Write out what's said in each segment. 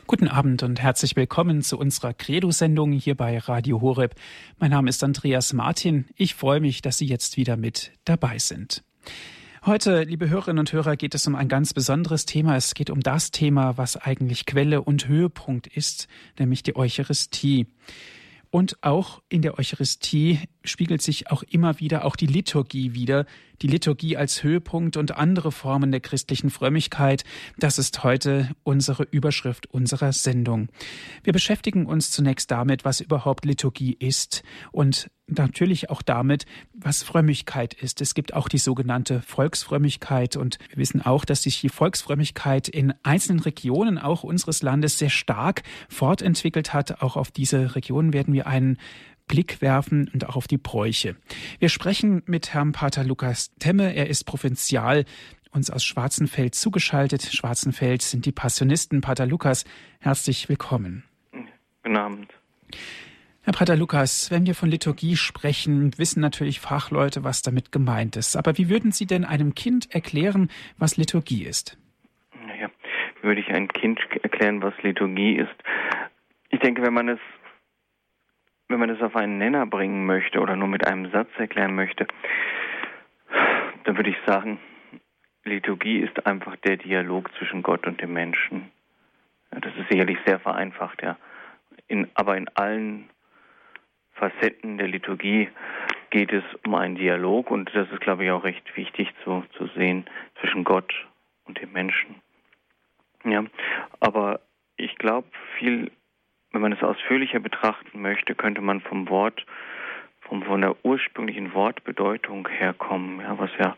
Guten Abend und herzlich willkommen zu unserer Credo-Sendung hier bei Radio Horeb. Mein Name ist Andreas Martin. Ich freue mich, dass Sie jetzt wieder mit dabei sind. Heute, liebe Hörerinnen und Hörer, geht es um ein ganz besonderes Thema. Es geht um das Thema, was eigentlich Quelle und Höhepunkt ist, nämlich die Eucharistie. Und auch in der Eucharistie spiegelt sich auch immer wieder auch die Liturgie wider. Die Liturgie als Höhepunkt und andere Formen der christlichen Frömmigkeit. Das ist heute unsere Überschrift unserer Sendung. Wir beschäftigen uns zunächst damit, was überhaupt Liturgie ist und natürlich auch damit, was Frömmigkeit ist. Es gibt auch die sogenannte Volksfrömmigkeit und wir wissen auch, dass sich die Volksfrömmigkeit in einzelnen Regionen auch unseres Landes sehr stark fortentwickelt hat. Auch auf diese Regionen werden wir einen Blick werfen und auch auf die Bräuche. Wir sprechen mit Herrn Pater Lukas Temme. Er ist Provinzial uns aus Schwarzenfeld zugeschaltet. Schwarzenfeld sind die Passionisten. Pater Lukas, herzlich willkommen. Guten Abend. Herr Pater Lukas, wenn wir von Liturgie sprechen, wissen natürlich Fachleute, was damit gemeint ist. Aber wie würden Sie denn einem Kind erklären, was Liturgie ist? Naja, wie würde ich einem Kind erklären, was Liturgie ist? Ich denke, wenn man es auf einen Nenner bringen möchte oder nur mit einem Satz erklären möchte, dann würde ich sagen, Liturgie ist einfach der Dialog zwischen Gott und dem Menschen. Ja, das ist sicherlich sehr vereinfacht, ja. Aber in allen Facetten der Liturgie geht es um einen Dialog und das ist, glaube ich, auch recht wichtig zu sehen zwischen Gott und dem Menschen. Ja, aber ich glaube, wenn man es ausführlicher betrachten möchte, könnte man von der ursprünglichen Wortbedeutung herkommen, ja, was ja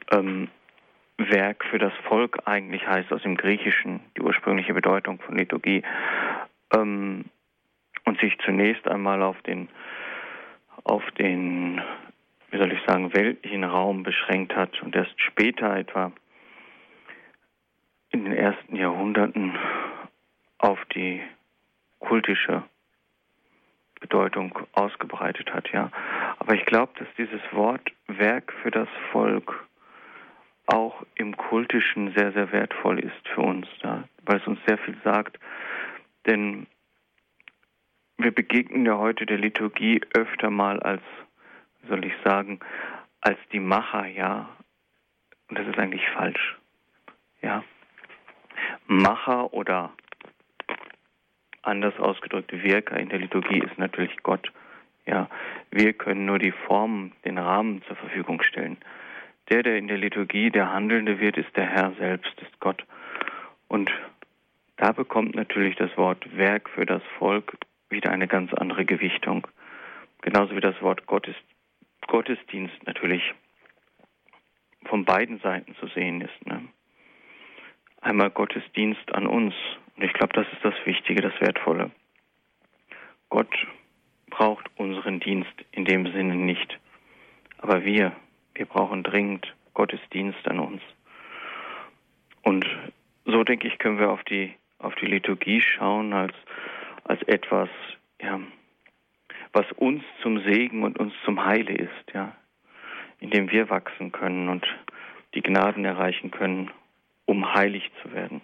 Werk für das Volk eigentlich heißt aus dem Griechischen, die ursprüngliche Bedeutung von Liturgie. Und sich zunächst einmal auf den, wie soll ich sagen, weltlichen Raum beschränkt hat und erst später etwa in den ersten Jahrhunderten auf die kultische Bedeutung ausgebreitet hat, ja. Aber ich glaube, dass dieses Wort Werk für das Volk auch im Kultischen sehr, sehr wertvoll ist für uns, ja, weil es uns sehr viel sagt, denn wir begegnen ja heute der Liturgie öfter mal als, wie soll ich sagen, als die Macher, ja. Und das ist eigentlich falsch, ja. Macher oder anders ausgedrückt Wirker in der Liturgie ist natürlich Gott, ja. Wir können nur die Form, den Rahmen zur Verfügung stellen. Der in der Liturgie der Handelnde wird, ist der Herr selbst, ist Gott. Und da bekommt natürlich das Wort Werk für das Volk wieder eine ganz andere Gewichtung. Genauso wie das Wort Gottesdienst natürlich von beiden Seiten zu sehen ist. Ne? Einmal Gottesdienst an uns. Und ich glaube, das ist das Wichtige, das Wertvolle. Gott braucht unseren Dienst in dem Sinne nicht. Aber wir brauchen dringend Gottesdienst an uns. Und so, denke ich, können wir auf die Liturgie schauen als etwas, ja, was uns zum Segen und uns zum Heile ist, ja, in dem wir wachsen können und die Gnaden erreichen können, um heilig zu werden.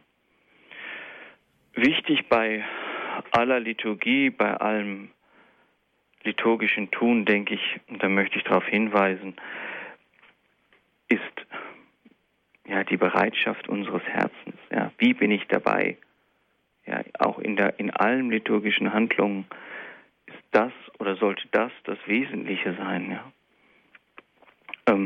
Wichtig bei aller Liturgie, bei allem liturgischen Tun, denke ich, und da möchte ich darauf hinweisen, ist ja die Bereitschaft unseres Herzens. Ja, wie bin ich dabei? Ja, auch in allen liturgischen Handlungen ist das oder sollte das Wesentliche sein. Ja.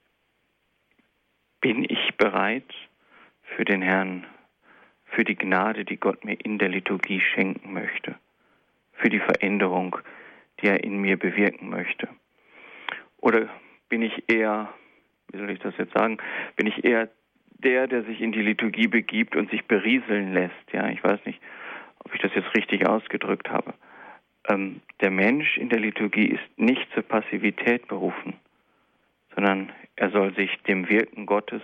Bin ich bereit für den Herrn, für die Gnade, die Gott mir in der Liturgie schenken möchte, für die Veränderung, die er in mir bewirken möchte? Oder bin ich eher, wie soll ich das jetzt sagen, bin ich eher der sich in die Liturgie begibt und sich berieseln lässt? Ja, ich weiß nicht, ob ich das jetzt richtig ausgedrückt habe. Der Mensch in der Liturgie ist nicht zur Passivität berufen, sondern er soll sich dem Wirken Gottes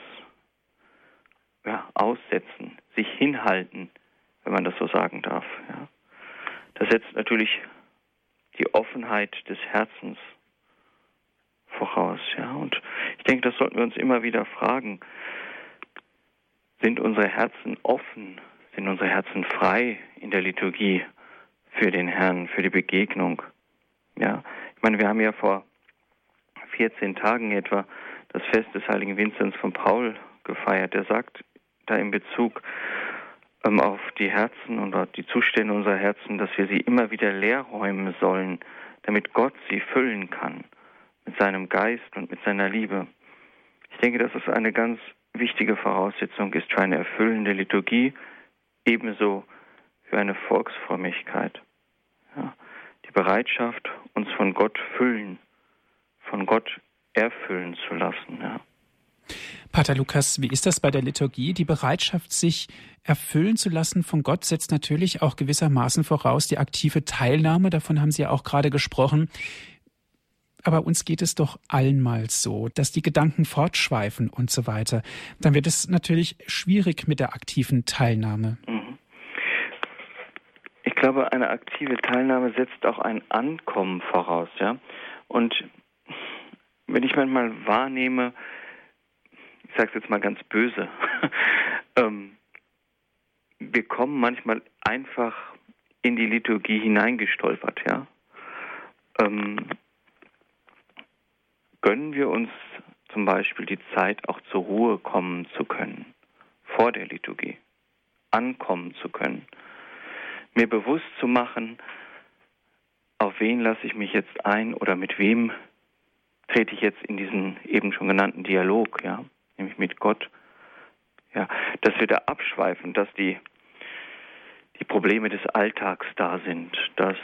aussetzen, sich hinhalten, wenn man das so sagen darf. Ja. Das setzt natürlich die Offenheit des Herzens voraus. Ja. Und ich denke, das sollten wir uns immer wieder fragen. Sind unsere Herzen offen? Sind unsere Herzen frei in der Liturgie für den Herrn, für die Begegnung? Ja, ich meine, wir haben ja vor 14 Tagen etwa das Fest des heiligen Vinzenz von Paul gefeiert. Er sagt da in Bezug auf die Herzen und die Zustände unserer Herzen, dass wir sie immer wieder leer räumen sollen, damit Gott sie füllen kann mit seinem Geist und mit seiner Liebe. Ich denke, dass es eine ganz wichtige Voraussetzung ist für eine erfüllende Liturgie, ebenso für eine Volksfrömmigkeit. Ja, die Bereitschaft, uns von Gott füllen, von Gott erfüllen zu lassen. Ja. Pater Lukas, wie ist das bei der Liturgie? Die Bereitschaft, sich erfüllen zu lassen von Gott, setzt natürlich auch gewissermaßen voraus die aktive Teilnahme. Davon haben Sie ja auch gerade gesprochen. Aber uns geht es doch allenmals so, dass die Gedanken fortschweifen und so weiter. Dann wird es natürlich schwierig mit der aktiven Teilnahme. Ich glaube, eine aktive Teilnahme setzt auch ein Ankommen voraus. Ja? Und wenn ich manchmal wahrnehme, ich sage es jetzt mal ganz böse, wir kommen manchmal einfach in die Liturgie hineingestolpert. Ja? Gönnen wir uns zum Beispiel die Zeit, auch zur Ruhe kommen zu können, vor der Liturgie, ankommen zu können, mir bewusst zu machen, auf wen lasse ich mich jetzt ein oder mit wem trete ich jetzt in diesen eben schon genannten Dialog, ja, nämlich mit Gott, ja, dass wir da abschweifen, dass die Probleme des Alltags da sind, dass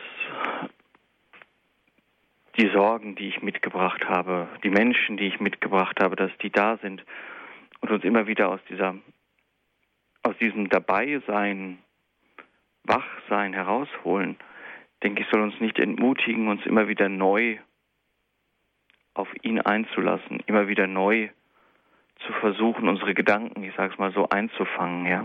die Sorgen, die ich mitgebracht habe, die Menschen, die ich mitgebracht habe, dass die da sind und uns immer wieder aus diesem Dabeisein, Wachsein herausholen, denke ich, soll uns nicht entmutigen, uns immer wieder neu auf ihn einzulassen, immer wieder neu zu versuchen, unsere Gedanken, ich sage es mal so, einzufangen. Ja?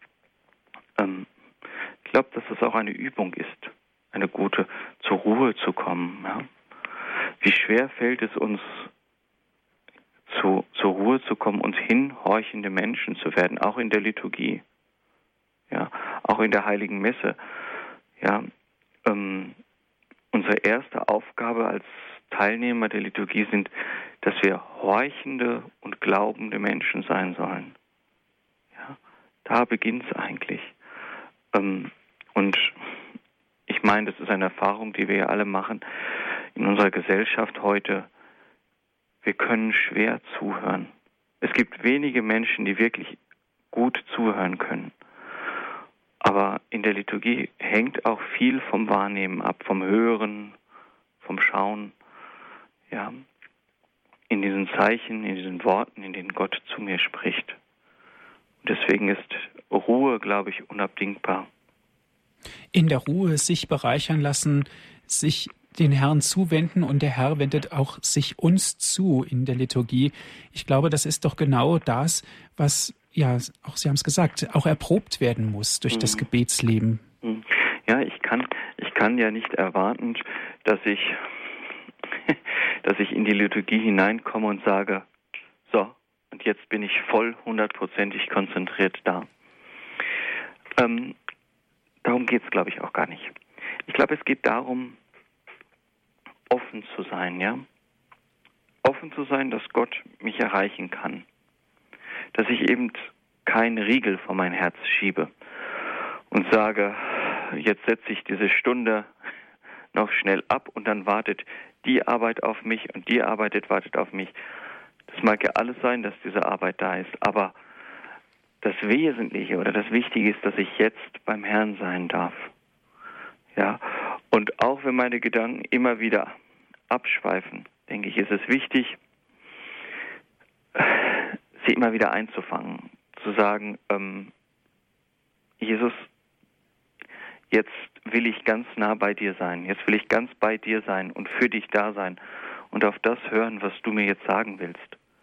Ich glaube, dass es auch eine Übung ist, eine gute, zur Ruhe zu kommen. Ja? Wie schwer fällt es uns, zur Ruhe zu kommen, uns hinhorchende Menschen zu werden, auch in der Liturgie, ja, auch in der Heiligen Messe. Ja, unsere erste Aufgabe als Teilnehmer der Liturgie sind, dass wir horchende und glaubende Menschen sein sollen. Ja, da beginnt es eigentlich. Und ich meine, das ist eine Erfahrung, die wir ja alle machen in unserer Gesellschaft heute. Wir können schwer zuhören. Es gibt wenige Menschen, die wirklich gut zuhören können. Aber in der Liturgie hängt auch viel vom Wahrnehmen ab, vom Hören, vom Schauen. Ja, in diesen Zeichen, in diesen Worten, in denen Gott zu mir spricht. Und deswegen ist Ruhe, glaube ich, unabdingbar. In der Ruhe sich bereichern lassen, sich den Herrn zuwenden und der Herr wendet auch sich uns zu in der Liturgie. Ich glaube, das ist doch genau das, was, ja, auch Sie haben es gesagt, auch erprobt werden muss durch das Gebetsleben. Ja, ich kann ja nicht erwarten, dass ich in die Liturgie hineinkomme und sage, so, und jetzt bin ich voll 100%ig konzentriert da. Darum geht es, glaube ich, auch gar nicht. Ich glaube, es geht darum, offen zu sein, ja? Offen zu sein, dass Gott mich erreichen kann. Dass ich eben keinen Riegel vor mein Herz schiebe und sage, jetzt setze ich diese Stunde noch schnell ab und dann wartet die Arbeit auf mich und die Arbeit wartet auf mich. Das mag ja alles sein, dass diese Arbeit da ist, aber das Wesentliche oder das Wichtige ist, dass ich jetzt beim Herrn sein darf. Ja, und auch wenn meine Gedanken immer wieder abschweifen, denke ich, ist es wichtig, sie immer wieder einzufangen, zu sagen, Jesus, jetzt will ich ganz nah bei dir sein, jetzt will ich ganz bei dir sein und für dich da sein und auf das hören, was du mir jetzt sagen willst.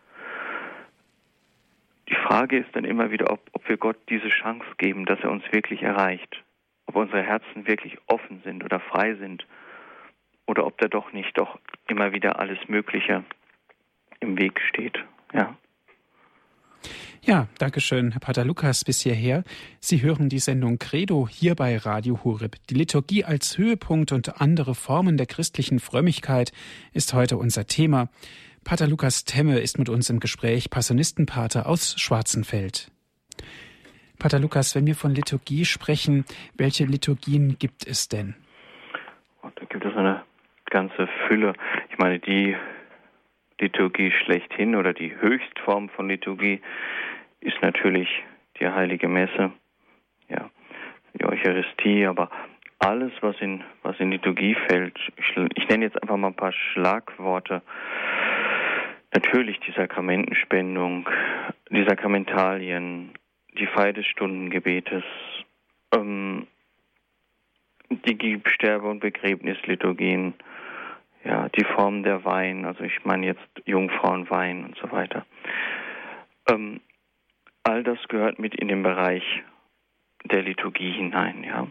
Die Frage ist dann immer wieder, ob wir Gott diese Chance geben, dass er uns wirklich erreicht. Ob unsere Herzen wirklich offen sind oder frei sind. Oder ob da doch nicht immer wieder alles Mögliche im Weg steht. Ja. Ja, danke schön, Herr Pater Lukas, bis hierher. Sie hören die Sendung Credo hier bei Radio Horeb. Die Liturgie als Höhepunkt und andere Formen der christlichen Frömmigkeit ist heute unser Thema. Pater Lukas Temme ist mit uns im Gespräch, Passionistenpater aus Schwarzenfeld. Pater Lukas, wenn wir von Liturgie sprechen, welche Liturgien gibt es denn? Da gibt es eine ganze Fülle. Ich meine, die Liturgie schlechthin oder die Höchstform von Liturgie ist natürlich die Heilige Messe, ja, die Eucharistie, aber alles, was in Liturgie fällt, ich nenne jetzt einfach mal ein paar Schlagworte. Natürlich die Sakramentenspendung, die Sakramentalien, die Feier des Stundengebetes, die Sterbe- und Begräbnisliturgien, ja, die Form der Weihen, also ich meine jetzt Jungfrauenweihen und so weiter. All das gehört mit in den Bereich der Liturgie hinein, ja.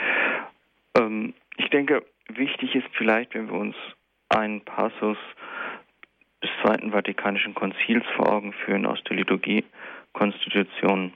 Ich denke, wichtig ist vielleicht, wenn wir uns einen Passus des Zweiten Vatikanischen Konzils vor Augen führen aus der Liturgie-Konstitution.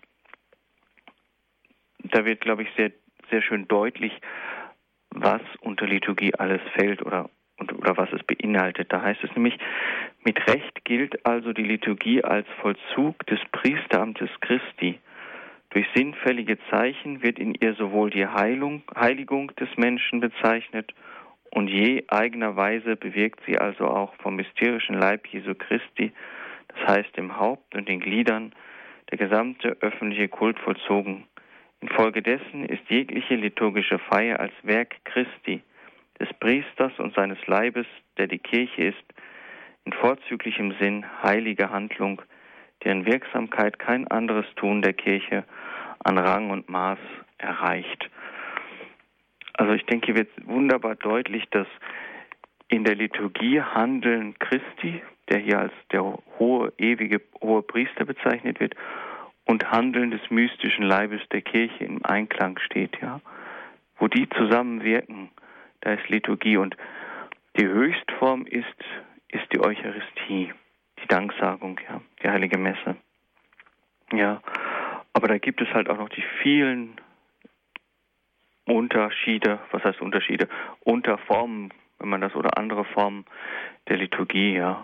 Da wird, glaube ich, sehr, sehr schön deutlich, was unter Liturgie alles fällt oder was es beinhaltet. Da heißt es nämlich, mit Recht gilt also die Liturgie als Vollzug des Priesteramtes Christi. Durch sinnfällige Zeichen wird in ihr sowohl die Heiligung des Menschen bezeichnet und je eigener Weise bewirkt sie also auch vom mysterischen Leib Jesu Christi, das heißt dem Haupt und den Gliedern, der gesamte öffentliche Kult vollzogen. Infolgedessen ist jegliche liturgische Feier als Werk Christi, des Priesters und seines Leibes, der die Kirche ist, in vorzüglichem Sinn heilige Handlung, deren Wirksamkeit kein anderes Tun der Kirche an Rang und Maß erreicht. Also ich denke, hier wird wunderbar deutlich, dass in der Liturgie Handeln Christi, der hier als der ewige hohe Priester bezeichnet wird, und Handeln des mystischen Leibes der Kirche im Einklang steht, ja. Wo die zusammenwirken, da ist Liturgie, und die Höchstform ist die Eucharistie, die Danksagung, ja, die Heilige Messe. Ja, aber da gibt es halt auch noch die vielen Unterschiede, Unterformen, wenn man das, oder andere Formen der Liturgie, ja.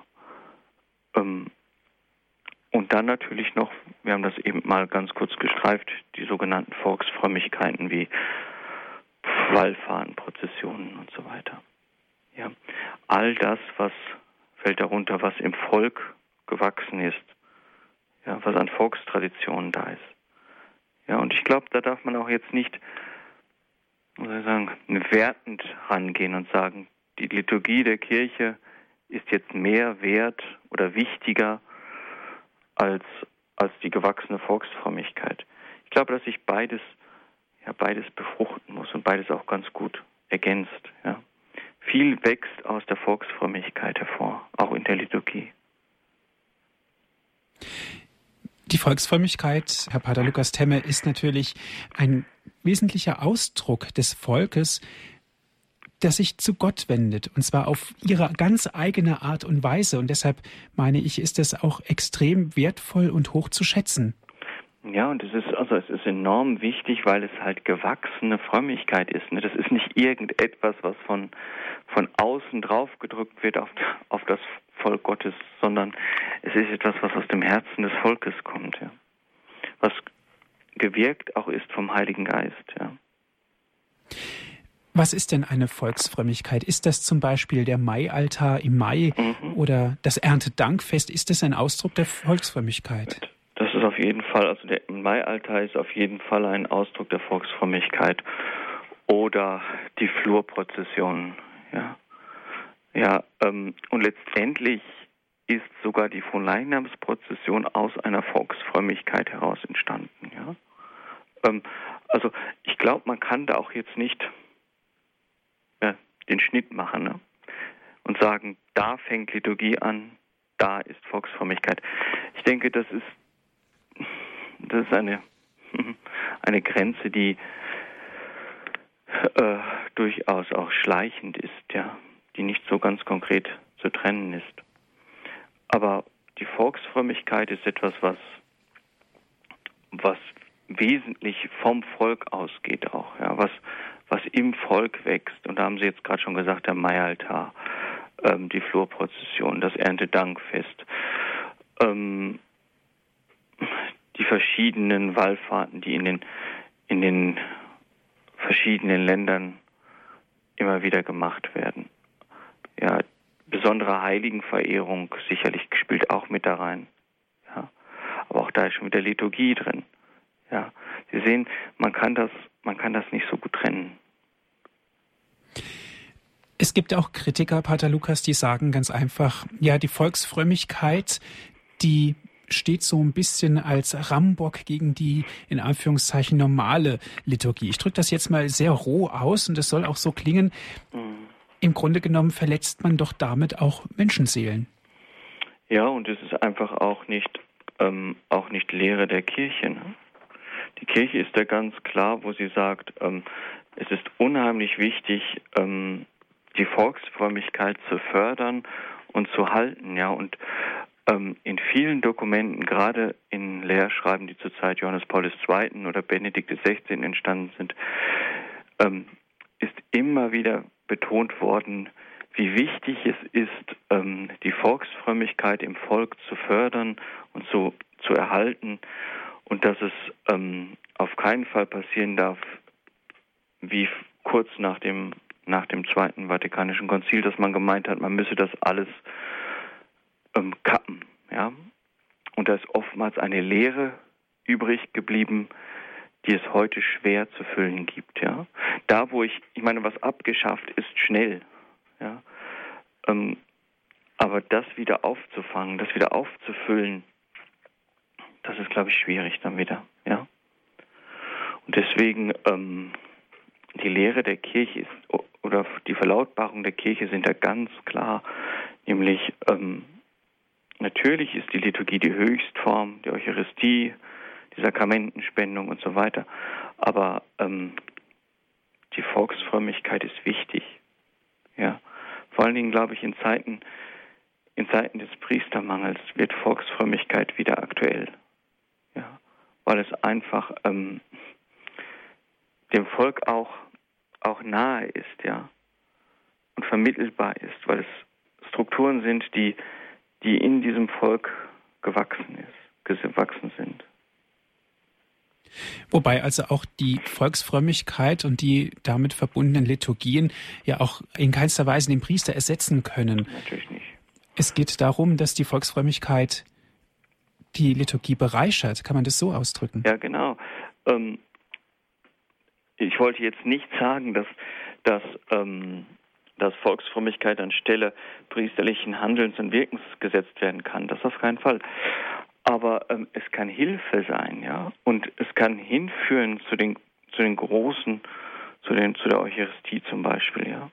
Und dann natürlich noch, wir haben das eben mal ganz kurz gestreift, die sogenannten Volksfrömmigkeiten wie Wallfahrten, Prozessionen und so weiter. Ja, all das, was fällt darunter, was im Volk gewachsen ist, ja, was an Volkstraditionen da ist. Ja, und ich glaube, da darf man auch jetzt nicht, wertend rangehen und sagen, die Liturgie der Kirche ist jetzt mehr wert oder wichtiger als die gewachsene Volksfrömmigkeit. Ich glaube, dass sich beides befruchten muss und beides auch ganz gut ergänzt. Ja. Viel wächst aus der Volksfrömmigkeit hervor, auch in der Liturgie. Die Volksfrömmigkeit, Herr Pater Lukas Temme, ist natürlich ein wesentlicher Ausdruck des Volkes, das sich zu Gott wendet, und zwar auf ihre ganz eigene Art und Weise. Und deshalb meine ich, ist es auch extrem wertvoll und hoch zu schätzen. Ja, und es ist enorm wichtig, weil es halt gewachsene Frömmigkeit ist. Ne? Das ist nicht irgendetwas, was von außen draufgedrückt wird auf das Volk Gottes, sondern es ist etwas, was aus dem Herzen des Volkes kommt, ja. Was gewirkt auch ist vom Heiligen Geist, ja. Was ist denn eine Volksfrömmigkeit? Ist das zum Beispiel der Maialtar im Mai oder das Erntedankfest? Ist das ein Ausdruck der Volksfrömmigkeit? Das ist auf jeden Fall, also der Maialtar ist auf jeden Fall ein Ausdruck der Volksfrömmigkeit. Oder die Flurprozessionen, ja. Ja, und letztendlich ist sogar die Fronleichnamsprozession aus einer Volksfrömmigkeit heraus entstanden, ja. Also ich glaube, man kann da auch jetzt nicht den Schnitt machen, ne? Und sagen, da fängt Liturgie an, da ist Volksfrömmigkeit. Ich denke, das ist eine Grenze, die durchaus auch schleichend ist, ja, die nicht so ganz konkret zu trennen ist. Aber die Volksfrömmigkeit ist etwas, was was wesentlich vom Volk ausgeht auch, ja, was im Volk wächst. Und da haben Sie jetzt gerade schon gesagt, der Maialtar, die Florprozession, das Erntedankfest, die verschiedenen Wallfahrten, die in den verschiedenen Ländern immer wieder gemacht werden. Ja, besondere Heiligenverehrung sicherlich spielt auch mit da rein. Ja, aber auch da ist schon wieder Liturgie drin. Ja, Sie sehen, man kann das nicht so gut trennen. Es gibt auch Kritiker, Pater Lukas, die sagen ganz einfach, ja, die Volksfrömmigkeit, die steht so ein bisschen als Rammbock gegen die, in Anführungszeichen, normale Liturgie. Ich drücke das jetzt mal sehr roh aus und es soll auch so klingen. Im Grunde genommen verletzt man doch damit auch Menschenseelen. Ja, und es ist einfach auch nicht Lehre der Kirche. Ne? Die Kirche ist da ganz klar, wo sie sagt, es ist unheimlich wichtig, die Volksfrömmigkeit zu fördern und zu halten. Ja, und in vielen Dokumenten, gerade in Lehrschreiben, die zur Zeit Johannes Paul II. Oder Benedikt XVI. Entstanden sind, ist immer wieder betont worden, wie wichtig es ist, die Volksfrömmigkeit im Volk zu fördern und zu erhalten und dass es auf keinen Fall passieren darf, wie kurz nach dem Zweiten Vatikanischen Konzil, dass man gemeint hat, man müsse das alles kappen. Ja? Und da ist oftmals eine Lehre übrig geblieben, die es heute schwer zu füllen gibt. Ja? Da, wo ich meine, was abgeschafft ist, schnell. Ja? Aber das wieder aufzufangen, das wieder aufzufüllen, das ist, glaube ich, schwierig dann wieder. Ja? Und deswegen die Lehre der Kirche ist, oder die Verlautbarung der Kirche sind da ganz klar, nämlich natürlich ist die Liturgie die Höchstform, die Eucharistie, die Sakramentenspendung und so weiter, aber die Volksfrömmigkeit ist wichtig. Ja? Vor allen Dingen, glaube ich, in Zeiten des Priestermangels wird Volksfrömmigkeit wieder aktuell. Ja? Weil es einfach dem Volk auch nahe ist, ja, und vermittelbar ist, weil es Strukturen sind, die in diesem Volk gewachsen sind. Wobei also auch die Volksfrömmigkeit und die damit verbundenen Liturgien ja auch in keinster Weise den Priester ersetzen können. Natürlich nicht. Es geht darum, dass die Volksfrömmigkeit die Liturgie bereichert. Kann man das so ausdrücken? Ja, genau. Ich wollte jetzt nicht sagen, dass Volksfrömmigkeit anstelle priesterlichen Handelns und Wirkens gesetzt werden kann. Das auf keinen Fall. Aber es kann Hilfe sein, ja, und es kann hinführen zu den großen, zu der Eucharistie zum Beispiel, ja.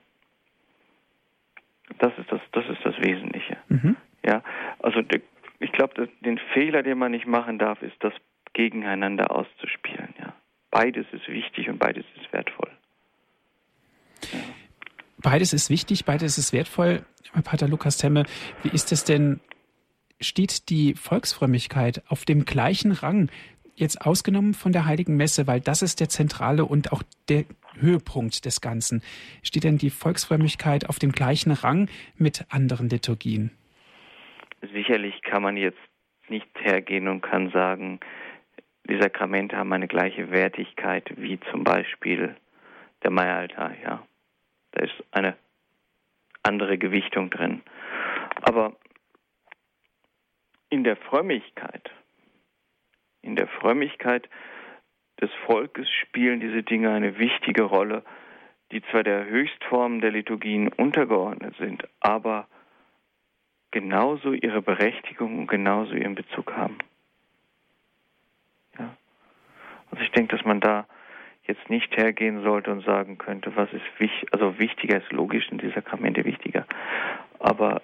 Das ist das Wesentliche. Mhm. Ja, also ich glaube, den Fehler, den man nicht machen darf, ist, das gegeneinander auszuspielen, ja. Beides ist wichtig und beides ist wertvoll. Ja. Beides ist wichtig, beides ist wertvoll. Pater Lukas Temme, wie ist es denn, steht die Volksfrömmigkeit auf dem gleichen Rang, jetzt ausgenommen von der Heiligen Messe, weil das ist der zentrale und auch der Höhepunkt des Ganzen. Steht denn die Volksfrömmigkeit auf dem gleichen Rang mit anderen Liturgien? Sicherlich kann man jetzt nicht hergehen und kann sagen, die Sakramente haben eine gleiche Wertigkeit wie zum Beispiel der Maialtar, ja. Da ist eine andere Gewichtung drin. Aber in der Frömmigkeit des Volkes spielen diese Dinge eine wichtige Rolle, die zwar der Höchstform der Liturgien untergeordnet sind, aber genauso ihre Berechtigung und genauso ihren Bezug haben. Ja. Also ich denke, dass man da jetzt nicht hergehen sollte und sagen könnte, was ist wichtiger ist, logisch sind die Sakramente wichtiger, aber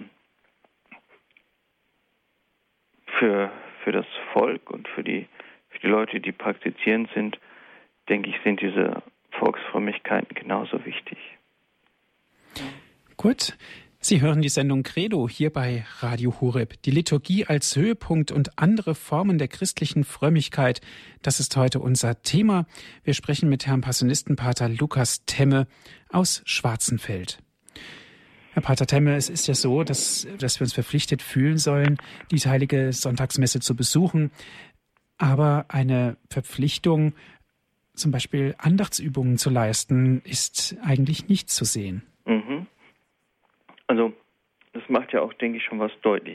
für das Volk und für die Leute, die praktizierend sind, denke ich, sind diese Volksfrömmigkeiten genauso wichtig. Gut, Sie hören die Sendung Credo hier bei Radio Horeb. Die Liturgie als Höhepunkt und andere Formen der christlichen Frömmigkeit, das ist heute unser Thema. Wir sprechen mit Herrn Passionistenpater Lukas Temme aus Schwarzenfeld. Herr Pater Temme, es ist ja so, dass wir uns verpflichtet fühlen sollen, die heilige Sonntagsmesse zu besuchen. Aber eine Verpflichtung, zum Beispiel Andachtsübungen zu leisten, ist eigentlich nicht zu sehen. Also, das macht ja auch, denke ich, schon was deutlich.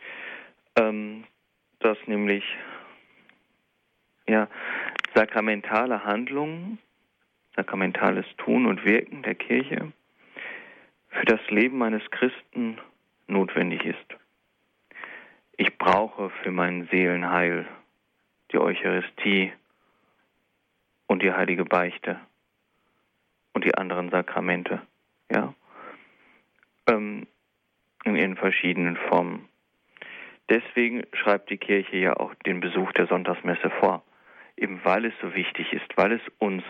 Dass nämlich, sakramentale Handlungen, sakramentales Tun und Wirken der Kirche für das Leben eines Christen notwendig ist. Ich brauche für mein Seelenheil die Eucharistie und die heilige Beichte und die anderen Sakramente, in ihren verschiedenen Formen. Deswegen schreibt die Kirche ja auch den Besuch der Sonntagsmesse vor, eben weil es so wichtig ist, weil es uns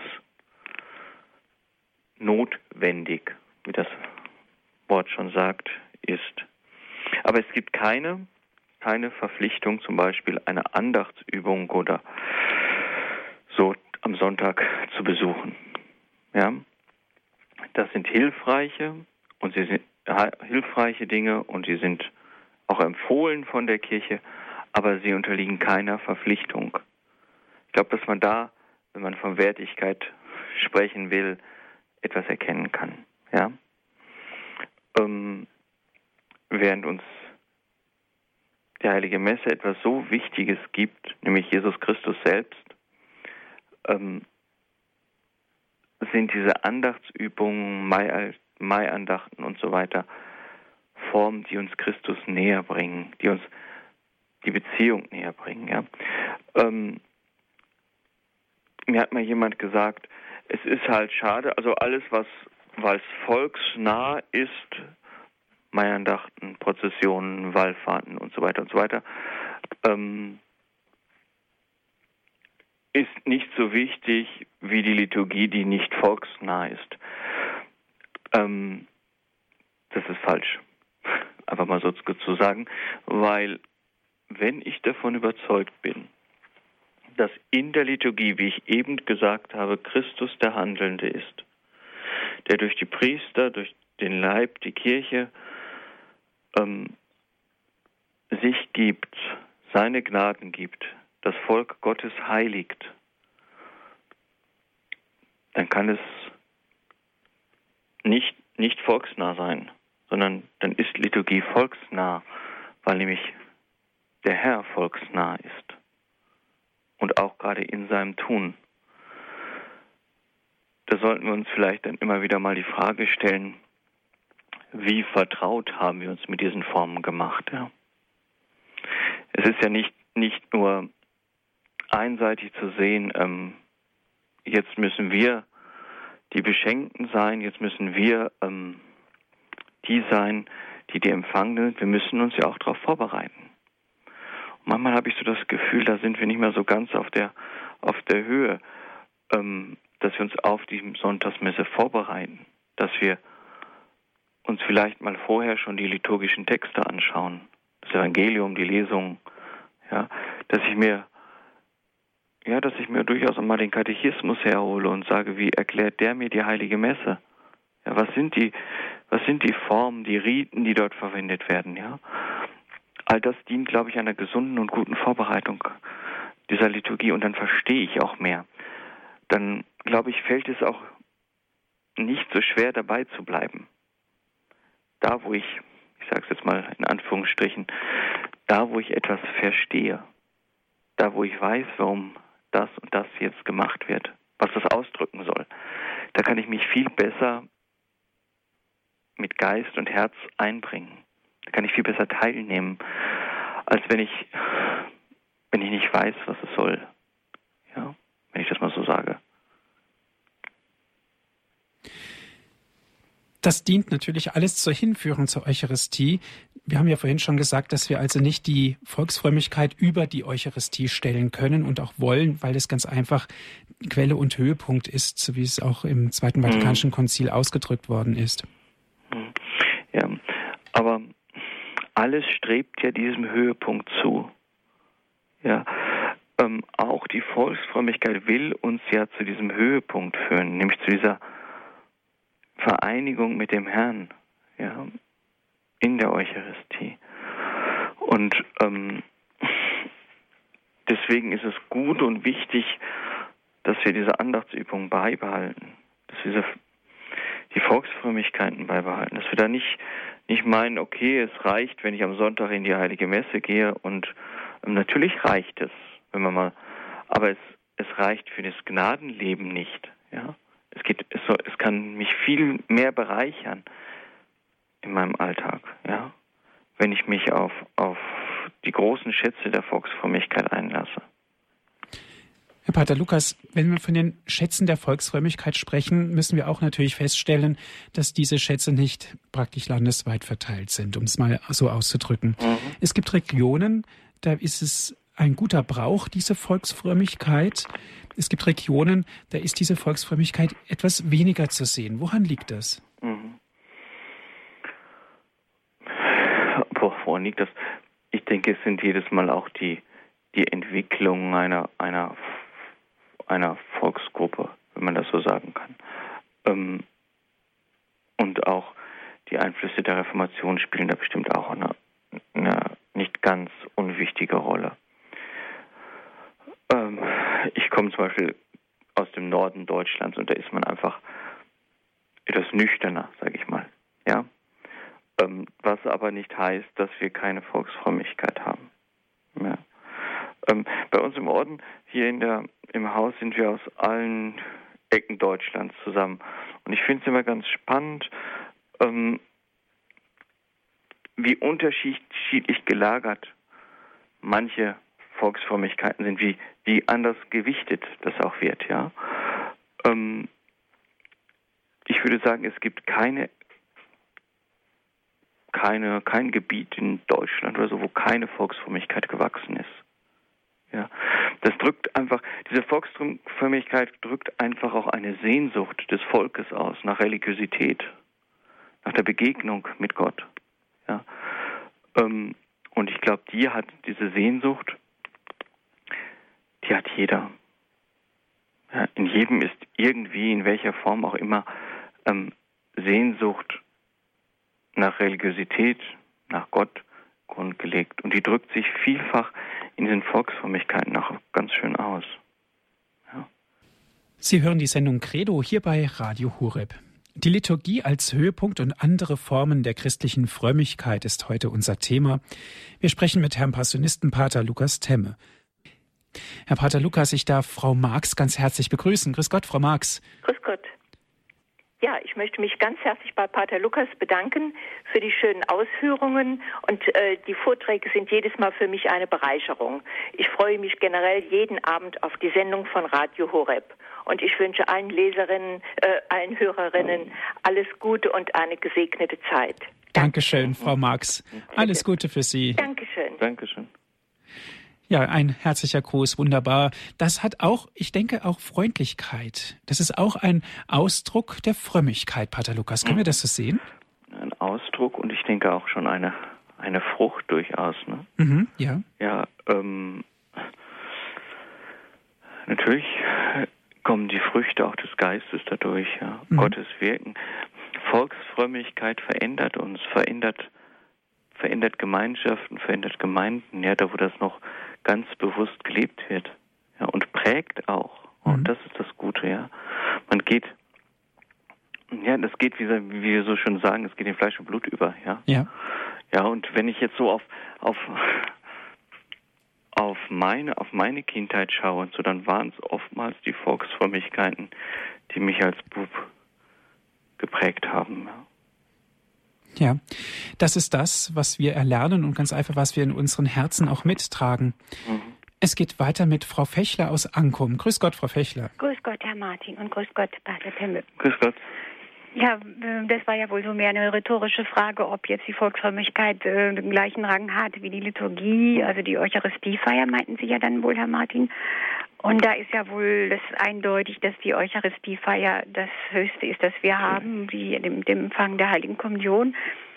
notwendig, wie das Wort schon sagt, ist. Aber es gibt keine Verpflichtung, zum Beispiel eine Andachtsübung oder so am Sonntag zu besuchen. Ja, das sind hilfreiche Dinge und sie sind auch empfohlen von der Kirche, aber sie unterliegen keiner Verpflichtung. Ich glaube, dass man da, wenn man von Wertigkeit sprechen will, etwas erkennen kann. Ja? Während uns die Heilige Messe etwas so Wichtiges gibt, nämlich Jesus Christus selbst, sind diese Andachtsübungen, Maiandachten und so weiter Formen, die uns Christus näher bringen, die uns die Beziehung näher bringen. Ja? Mir hat mal jemand gesagt, es ist halt schade, also alles, weil es volksnah ist, Maiandachten, Prozessionen, Wallfahrten und so weiter, ist nicht so wichtig wie die Liturgie, die nicht volksnah ist. Das ist falsch, einfach mal so zu sagen, weil wenn ich davon überzeugt bin, dass in der Liturgie, wie ich eben gesagt habe, Christus der Handelnde ist, der durch die Priester, durch den Leib, die Kirche sich gibt, seine Gnaden gibt, das Volk Gottes heiligt, dann kann es nicht volksnah sein, sondern dann ist Liturgie volksnah, weil nämlich der Herr volksnah ist und auch gerade in seinem Tun. Da sollten wir uns vielleicht dann immer wieder mal die Frage stellen, wie vertraut haben wir uns mit diesen Formen gemacht? Ja? Es ist ja nicht nur einseitig zu sehen, jetzt müssen wir die Beschenkten sein, jetzt müssen wir die sein, die empfangen. Wir müssen uns ja auch darauf vorbereiten. Und manchmal habe ich so das Gefühl, da sind wir nicht mehr so ganz auf der Höhe, dass wir uns auf die Sonntagsmesse vorbereiten, dass wir uns vielleicht mal vorher schon die liturgischen Texte anschauen, das Evangelium, die Lesung, ja, dass ich mir durchaus mal den Katechismus herhole und sage, wie erklärt der mir die Heilige Messe? Ja, was sind die Formen, die Riten, die dort verwendet werden? Ja, all das dient, glaube ich, einer gesunden und guten Vorbereitung dieser Liturgie und dann verstehe ich auch mehr. Dann, glaube ich, fällt es auch nicht so schwer, dabei zu bleiben. Da, wo ich sage es jetzt mal in Anführungsstrichen, da, wo ich etwas verstehe, da, wo ich weiß, warum das und das jetzt gemacht wird, was das ausdrücken soll, da kann ich mich viel besser mit Geist und Herz einbringen. Da kann ich viel besser teilnehmen, als wenn ich nicht weiß, was es soll. Ja, wenn ich das mal so sage. Das dient natürlich alles zur Hinführung zur Eucharistie. Wir haben ja vorhin schon gesagt, dass wir also nicht die Volksfrömmigkeit über die Eucharistie stellen können und auch wollen, weil es ganz einfach Quelle und Höhepunkt ist, so wie es auch im Zweiten Vatikanischen Konzil ausgedrückt worden ist. Ja, Aber alles strebt ja diesem Höhepunkt zu. Ja, auch die Volksfrömmigkeit will uns ja zu diesem Höhepunkt führen, nämlich zu dieser Vereinigung mit dem Herrn, ja, in der Eucharistie. Und deswegen ist es gut und wichtig, dass wir diese Andachtsübung beibehalten, dass wir die Volksfrömmigkeiten beibehalten, dass wir da nicht meinen, okay, es reicht, wenn ich am Sonntag in die Heilige Messe gehe, und natürlich reicht es, wenn man mal, aber es reicht für das Gnadenleben nicht, ja. Es kann mich viel mehr bereichern in meinem Alltag, ja, wenn ich mich auf die großen Schätze der Volksfrömmigkeit einlasse. Herr Pater Lukas, wenn wir von den Schätzen der Volksfrömmigkeit sprechen, müssen wir auch natürlich feststellen, dass diese Schätze nicht praktisch landesweit verteilt sind, um es mal so auszudrücken. Mhm. Es gibt Regionen, da ist es ein guter Brauch, diese Volksfrömmigkeit. Es gibt Regionen, da ist diese Volksfrömmigkeit etwas weniger zu sehen. Woran liegt das? Mhm. Woran liegt das? Ich denke, es sind jedes Mal auch die Entwicklung einer Volksgruppe, wenn man das so sagen kann. Und auch die Einflüsse der Reformation spielen da bestimmt auch eine nicht ganz unwichtige Rolle. Ich komme zum Beispiel aus dem Norden Deutschlands, und da ist man einfach etwas nüchterner, sage ich mal. Ja? Was aber nicht heißt, dass wir keine Volksfrömmigkeit haben. Ja. Bei uns im Orden, hier im Haus, sind wir aus allen Ecken Deutschlands zusammen. Und ich finde es immer ganz spannend, wie unterschiedlich gelagert manche Volksfrömmigkeiten sind, wie anders gewichtet das auch wird. Ja? Ich würde sagen, es gibt kein Gebiet in Deutschland oder so, wo keine Volksfrömmigkeit gewachsen ist. Ja, das drückt einfach, diese Volksfrömmigkeit drückt einfach auch eine Sehnsucht des Volkes aus, nach Religiosität, nach der Begegnung mit Gott. Ja, und ich glaube, diese Sehnsucht, die hat jeder. Ja, in jedem ist irgendwie, in welcher Form auch immer, Sehnsucht nach Religiosität, nach Gott grundgelegt. Und die drückt sich vielfach in den Volksfrömmigkeiten auch ganz schön aus. Ja. Sie hören die Sendung Credo hier bei Radio Horeb. Die Liturgie als Höhepunkt und andere Formen der christlichen Frömmigkeit ist heute unser Thema. Wir sprechen mit Herrn Passionisten Pater Lukas Temme. Herr Pater Lukas, ich darf Frau Marx ganz herzlich begrüßen. Grüß Gott, Frau Marx. Grüß Gott. Ja, ich möchte mich ganz herzlich bei Pater Lukas bedanken für die schönen Ausführungen, und die Vorträge sind jedes Mal für mich eine Bereicherung. Ich freue mich generell jeden Abend auf die Sendung von Radio Horeb, und ich wünsche allen Leserinnen, allen Hörerinnen alles Gute und eine gesegnete Zeit. Dankeschön, Frau Marx. Alles Gute für Sie. Dankeschön. Dankeschön. Ja, ein herzlicher Gruß, wunderbar. Das hat auch, ich denke, auch Freundlichkeit. Das ist auch ein Ausdruck der Frömmigkeit, Pater Lukas. Können wir das so sehen? Ein Ausdruck, und ich denke auch schon eine Frucht durchaus. Ne? Mhm, ja. Ja, natürlich kommen die Früchte auch des Geistes dadurch, ja. Gottes Wirken. Volksfrömmigkeit verändert uns, verändert Gemeinschaften, verändert Gemeinden, ja, da wo das noch ganz bewusst gelebt wird, ja, und prägt auch. Und das ist das Gute, ja. Das geht, wie wir so schon sagen, es geht in Fleisch und Blut über, ja. Ja. Ja, und wenn ich jetzt so auf meine Kindheit schaue, und so, dann waren es oftmals die Volksfrömmigkeiten, die mich als Bub geprägt haben. Ja, das ist das, was wir erlernen und ganz einfach, was wir in unseren Herzen auch mittragen. Es geht weiter mit Frau Fechler aus Ankum. Grüß Gott, Frau Fechler. Grüß Gott, Herr Martin, und grüß Gott, Pater Temme. Grüß Gott. Ja, das war ja wohl so mehr eine rhetorische Frage, ob jetzt die Volksfrömmigkeit den gleichen Rang hat wie die Liturgie, also die Eucharistiefeier, meinten Sie ja dann wohl, Herr Martin. Und da ist ja wohl das eindeutig, dass die Eucharistiefeier das Höchste ist, das wir haben, wie dem Empfang der Heiligen Kommunion.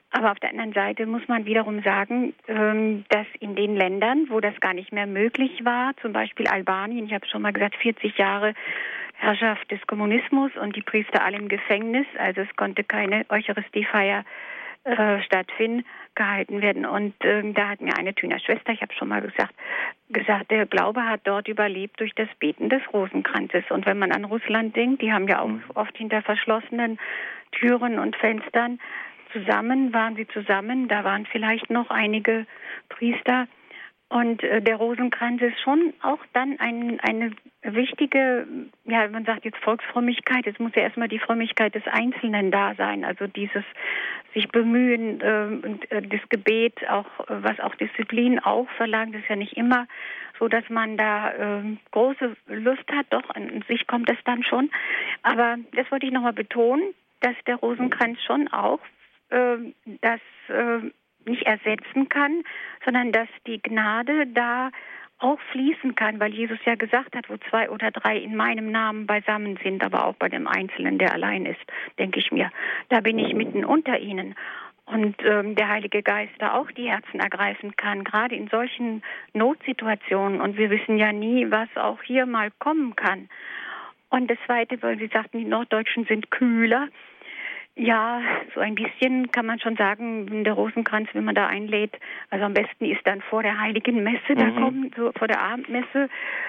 Aber auf der anderen Seite muss man wiederum sagen, dass in den Ländern, wo das gar nicht mehr möglich war, zum Beispiel Albanien, ich habe schon mal gesagt, 40 Jahre Herrschaft des Kommunismus und die Priester alle im Gefängnis, also es konnte keine Eucharistiefeier stattfinden, gehalten werden. Und da hat mir eine Thüner Schwester, ich habe schon mal gesagt, der Glaube hat dort überlebt durch das Beten des Rosenkranzes. Und wenn man an Russland denkt, die haben ja auch oft hinter verschlossenen Türen und Fenstern waren sie zusammen, da waren vielleicht noch einige Priester. Und der Rosenkranz ist schon auch dann eine wichtige, ja, man sagt jetzt Volksfrömmigkeit, es muss ja erstmal die Frömmigkeit des Einzelnen da sein, also dieses sich bemühen und das Gebet, auch was auch Disziplin auch verlangt, ist ja nicht immer so, dass man da große Lust hat, doch an sich kommt das dann schon. Aber das wollte ich nochmal betonen, dass der Rosenkranz schon auch das nicht ersetzen kann, sondern dass die Gnade da auch fließen kann, weil Jesus ja gesagt hat, wo 2 oder 3 in meinem Namen beisammen sind, aber auch bei dem Einzelnen, der allein ist, denke ich mir, da bin ich mitten unter ihnen. Und der Heilige Geist da auch die Herzen ergreifen kann, gerade in solchen Notsituationen. Und wir wissen ja nie, was auch hier mal kommen kann. Und das Zweite, weil Sie sagten, die Norddeutschen sind kühler. Ja, so ein bisschen kann man schon sagen, der Rosenkranz, wenn man da einlädt, also am besten ist dann vor der Heiligen Messe, da kommen, so vor der Abendmesse,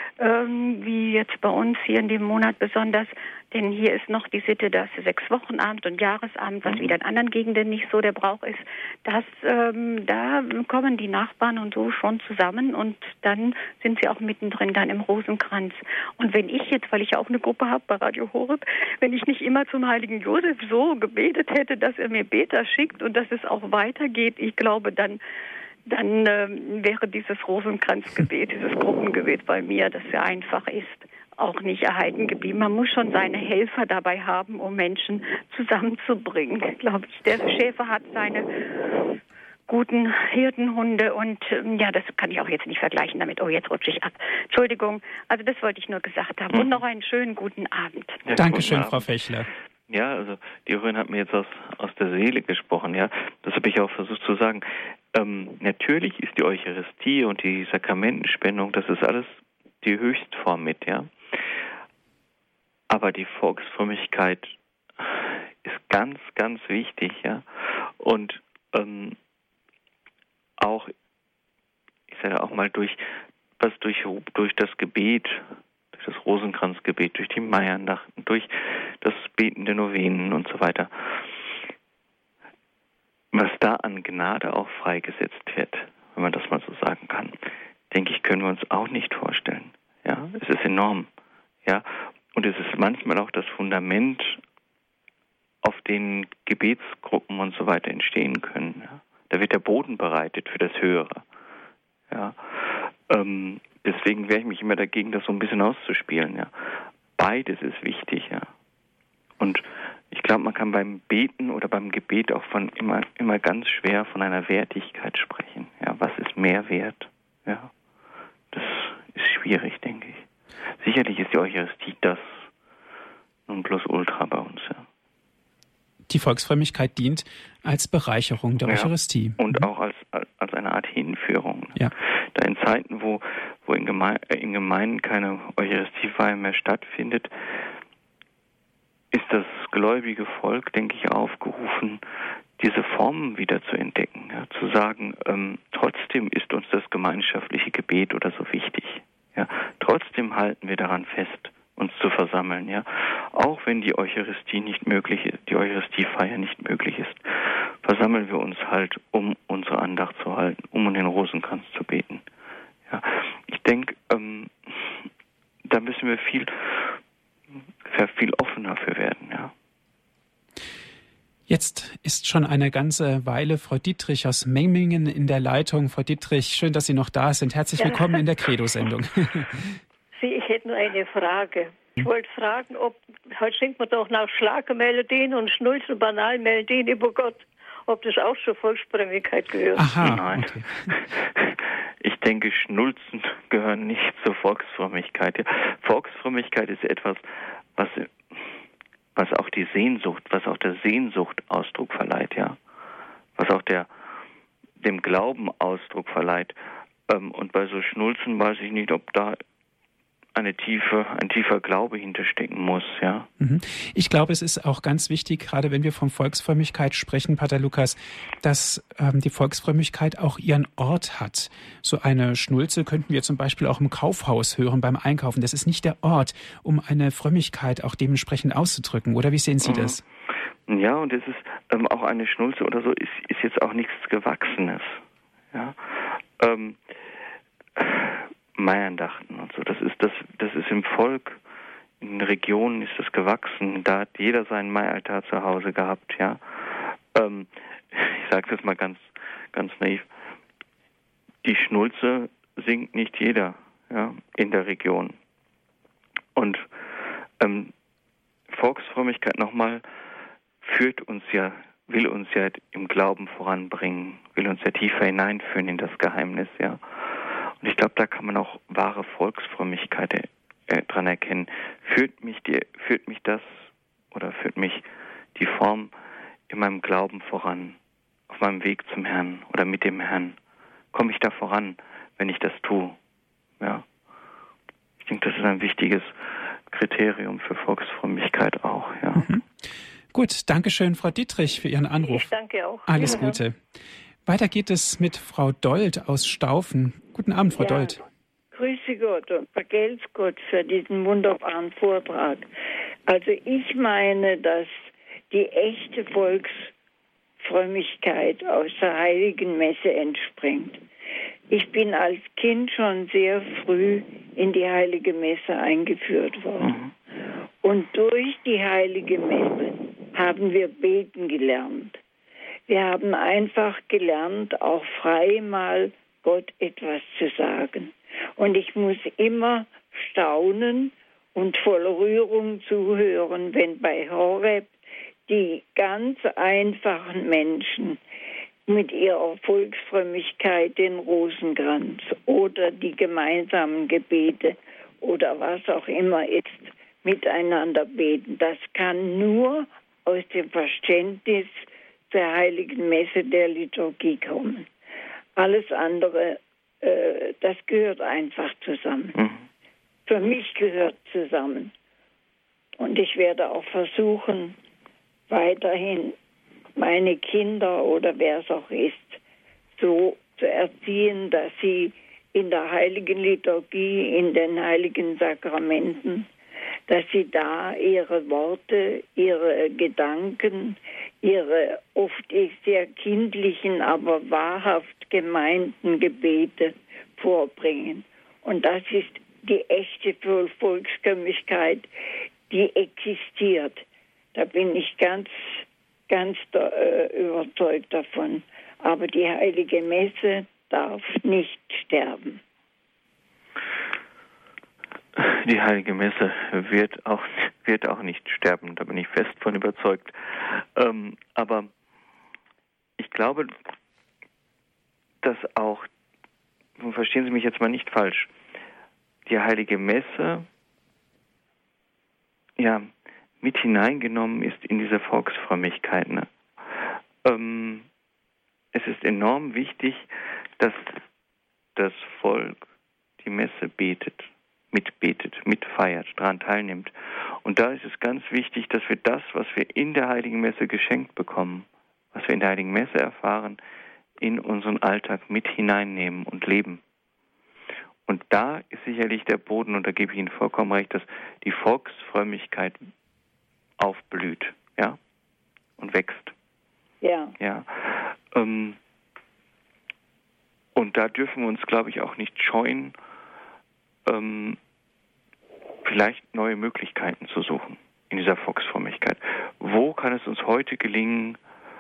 wie jetzt bei uns hier in dem Monat besonders, denn hier ist noch die Sitte, dass 6-Wochenabend und Jahresabend, was wieder in anderen Gegenden nicht so der Brauch ist, da kommen die Nachbarn und so schon zusammen und dann sind sie auch mittendrin dann im Rosenkranz. Und wenn ich jetzt, weil ich ja auch eine Gruppe habe bei Radio Horeb, wenn ich nicht immer zum heiligen Josef so gebetet hätte, dass er mir Beter schickt und dass es auch weitergeht, ich glaube, dann wäre dieses Rosenkranzgebet, dieses Gruppengebet bei mir, das sehr einfach ist, auch nicht erhalten geblieben. Man muss schon seine Helfer dabei haben, um Menschen zusammenzubringen, glaube ich. Der Schäfer hat seine guten Hirtenhunde und ja, das kann ich auch jetzt nicht vergleichen damit. Oh, jetzt rutsche ich ab. Entschuldigung, also das wollte ich nur gesagt haben. Und noch einen schönen guten Abend. Ja, Dankeschön, Frau Fechler. Ja, also die Hörerin hat mir jetzt aus der Seele gesprochen, ja. Das habe ich auch versucht zu sagen. Natürlich ist die Eucharistie und die Sakramentenspendung, das ist alles die Höchstform mit, ja. Aber die Volksfrömmigkeit ist ganz, ganz wichtig, ja. Und auch, ich sage auch mal, durch das Gebet, durch das Rosenkranzgebet, durch die Meiernachten, durch das Beten der Novenen und so weiter, was da an Gnade auch freigesetzt wird, wenn man das mal so sagen kann, denke ich, können wir uns auch nicht vorstellen. Ja, es ist enorm. Ja, und es ist manchmal auch das Fundament, auf dem Gebetsgruppen und so weiter entstehen können. Ja. Da wird der Boden bereitet für das Höhere. Ja. Deswegen wehre ich mich immer dagegen, das so ein bisschen auszuspielen. Ja. Beides ist wichtig. Ja. Und ich glaube, man kann beim Beten oder beim Gebet auch immer ganz schwer von einer Wertigkeit sprechen. Ja, was ist mehr wert? Ja, das ist schwierig, denke ich. Sicherlich ist die Eucharistie das Nonplusultra bei uns. Ja. Die Volksfrömmigkeit dient als Bereicherung der Eucharistie. Und auch als eine Art Hinführung. Ja. Da in Zeiten, wo in Gemeinden keine Eucharistiefeier mehr stattfindet, ist das gläubige Volk, denke ich, aufgerufen, diese Formen wieder zu entdecken. Ja, zu sagen, trotzdem ist uns das gemeinschaftliche Gebet oder so wichtig. Ja, trotzdem halten wir daran fest, uns zu versammeln. Ja, auch wenn die Eucharistie nicht möglich ist, die Eucharistiefeier nicht möglich ist, versammeln wir uns halt, um unsere Andacht zu halten, um den Rosenkranz zu beten. Ja, ich denke, da müssen wir viel offener für werden, ja. Jetzt ist schon eine ganze Weile Frau Dietrich aus Memmingen in der Leitung. Frau Dietrich, schön, dass Sie noch da sind. Herzlich willkommen in der Credo-Sendung. Ich hätte nur eine Frage. Ich wollte fragen, heute singt man doch nach Schlagermelodien und Schnulzen und Banalmelodien über Gott, ob das auch zur Volksfrömmigkeit gehört. Aha, nein. Okay. Ich denke, Schnulzen gehören nicht zur Volksfrömmigkeit. Ja. Volksfrömmigkeit ist etwas, was auch die Sehnsucht, was auch der Sehnsucht Ausdruck verleiht, ja. Was auch dem Glauben Ausdruck verleiht. Und bei so Schnulzen weiß ich nicht, ob da ein tiefer Glaube hinterstecken muss, ja. Ich glaube, es ist auch ganz wichtig, gerade wenn wir von Volksfrömmigkeit sprechen, Pater Lukas, dass die Volksfrömmigkeit auch ihren Ort hat. So eine Schnulze könnten wir zum Beispiel auch im Kaufhaus hören beim Einkaufen. Das ist nicht der Ort, um eine Frömmigkeit auch dementsprechend auszudrücken. Oder wie sehen Sie das? Ja, und es ist auch eine Schnulze oder so, ist jetzt auch nichts Gewachsenes. Ja. Meierndachten und so, das ist im Volk, in den Regionen ist das gewachsen, da hat jeder seinen Maialtar zu Hause gehabt, ja. Ich sage das mal ganz, ganz naiv. Die Schnulze singt nicht jeder, ja, in der Region. Und Volksfrömmigkeit nochmal will uns ja im Glauben voranbringen, will uns ja tiefer hineinführen in das Geheimnis, ja. Und ich glaube, da kann man auch wahre Volksfrömmigkeit dran erkennen. Führt mich die Form in meinem Glauben voran, auf meinem Weg zum Herrn oder mit dem Herrn? Komme ich da voran, wenn ich das tue? Ja. Ich denke, das ist ein wichtiges Kriterium für Volksfrömmigkeit auch, ja. Gut, dankeschön, Frau Dietrich, für Ihren Anruf. Ich danke auch. Alles Gute. Weiter geht es mit Frau Dold aus Staufen. Guten Abend, Frau Dold. Grüße Gott und vergelt's Gott für diesen wunderbaren Vortrag. Also ich meine, dass die echte Volksfrömmigkeit aus der Heiligen Messe entspringt. Ich bin als Kind schon sehr früh in die Heilige Messe eingeführt worden. Und durch die Heilige Messe haben wir beten gelernt. Wir haben einfach gelernt, auch frei mal Gott etwas zu sagen. Und ich muss immer staunen und voll Rührung zuhören, wenn bei Horeb die ganz einfachen Menschen mit ihrer Volksfrömmigkeit den Rosenkranz oder die gemeinsamen Gebete oder was auch immer ist, miteinander beten. Das kann nur aus dem Verständnis der Heiligen Messe der Liturgie kommen. Alles andere, das gehört einfach zusammen. Für mich gehört zusammen. Und ich werde auch versuchen, weiterhin meine Kinder oder wer es auch ist, so zu erziehen, dass sie in der Heiligen Liturgie, in den heiligen Sakramenten, dass sie da ihre Worte, ihre Gedanken, ihre oft sehr kindlichen, aber wahrhaft gemeinten Gebete vorbringen. Und das ist die echte Volksfrömmigkeit, die existiert. Da bin ich ganz überzeugt davon. Aber die Heilige Messe darf nicht sterben. Die Heilige Messe wird auch nicht sterben, da bin ich fest von überzeugt. Aber ich glaube, dass auch, verstehen Sie mich jetzt mal nicht falsch, die Heilige Messe ja mit hineingenommen ist in diese Volksfrömmigkeit. Ne? Es ist enorm wichtig, dass das Volk die Messe mitbetet, mitfeiert, daran teilnimmt. Und da ist es ganz wichtig, dass wir das, was wir in der Heiligen Messe geschenkt bekommen, was wir in der Heiligen Messe erfahren, in unseren Alltag mit hineinnehmen und leben. Und da ist sicherlich der Boden, und da gebe ich Ihnen vollkommen recht, dass die Volksfrömmigkeit aufblüht, ja, und wächst. Ja. Ja. Und da dürfen wir uns, glaube ich, auch nicht scheuen, vielleicht neue Möglichkeiten zu suchen in dieser Volksfrömmigkeit. Wo kann es uns heute gelingen,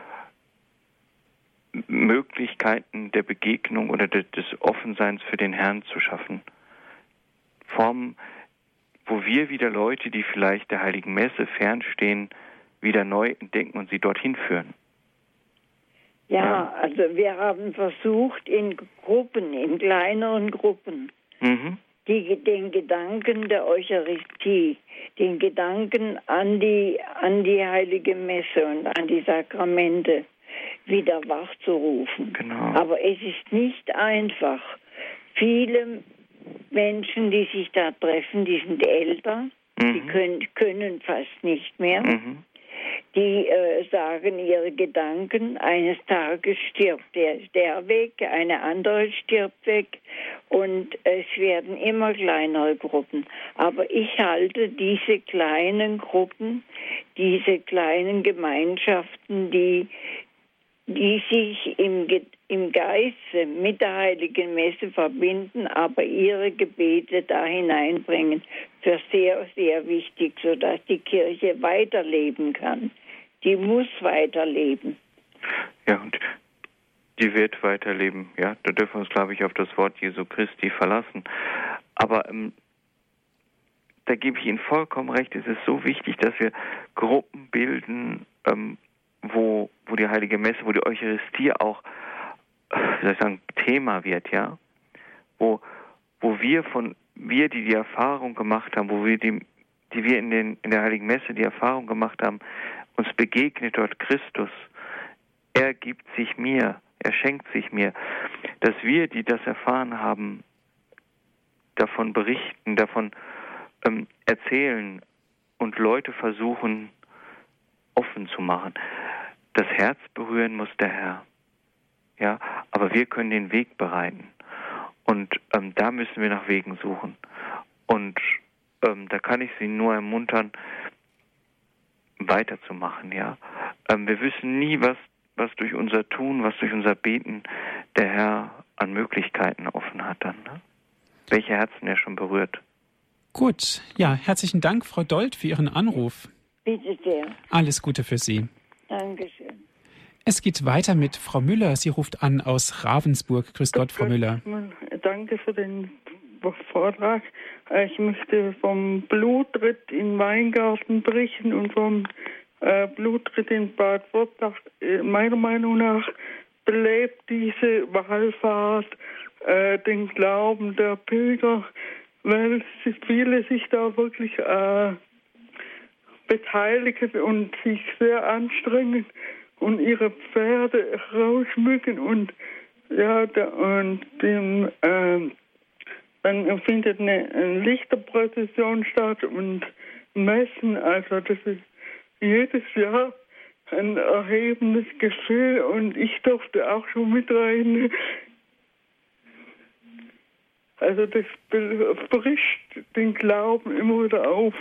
Möglichkeiten der Begegnung oder des Offenseins für den Herrn zu schaffen? Formen, wo wir wieder Leute, die vielleicht der Heiligen Messe fernstehen, wieder neu entdecken und sie dorthin führen. Ja, also wir haben versucht in Gruppen, in kleineren Gruppen, den Gedanken der Eucharistie, den Gedanken an die Heilige Messe und an die Sakramente wieder wachzurufen. Genau. Aber es ist nicht einfach. Viele Menschen, die sich da treffen, die sind älter, die können fast nicht mehr. Die sagen ihre Gedanken, eines Tages stirbt der weg, eine andere stirbt weg und es werden immer kleinere Gruppen. Aber ich halte diese kleinen Gruppen, diese kleinen Gemeinschaften, die sich im Geiste mit der Heiligen Messe verbinden, aber ihre Gebete da hineinbringen, für sehr, sehr wichtig, sodass die Kirche weiterleben kann. Die muss weiterleben. Ja, und die wird weiterleben. Ja, da dürfen wir uns, glaube ich, auf das Wort Jesu Christi verlassen. Aber da gebe ich Ihnen vollkommen recht, es ist so wichtig, dass wir Gruppen bilden, wo die Heilige Messe, wo die Eucharistie auch, Thema wird, ja, wo wir, die Erfahrung gemacht haben, wo wir die wir in der Heiligen Messe die Erfahrung gemacht haben, uns begegnet dort Christus. Er gibt sich mir, er schenkt sich mir, dass wir, die das erfahren haben, davon berichten, davon erzählen und Leute versuchen, offen zu machen. Das Herz berühren muss der Herr. Ja, aber wir können den Weg bereiten. Und da müssen wir nach Wegen suchen. Und da kann ich Sie nur ermuntern, weiterzumachen. Ja, wir wissen nie, was durch unser Tun, was durch unser Beten der Herr an Möglichkeiten offen hat dann. Ne? Welche Herzen er schon berührt. Gut, ja, herzlichen Dank, Frau Dold, für Ihren Anruf. Bitte sehr. Alles Gute für Sie. Dankeschön. Es geht weiter mit Frau Müller. Sie ruft an aus Ravensburg. Grüß Gott, Frau Müller. Danke für den Vortrag. Ich möchte vom Blutritt in Weingarten berichten und vom Blutritt in Bad Wurzdach. Meiner Meinung nach belebt diese Wallfahrt den Glauben der Pilger, weil viele sich da wirklich beteiligen und sich sehr anstrengen und ihre Pferde rausschmücken und ja, dann findet eine Lichterprozession statt und Messen. Also das ist jedes Jahr ein erhebendes Gefühl und ich durfte auch schon mitreiten. Also das bricht den Glauben immer wieder auf.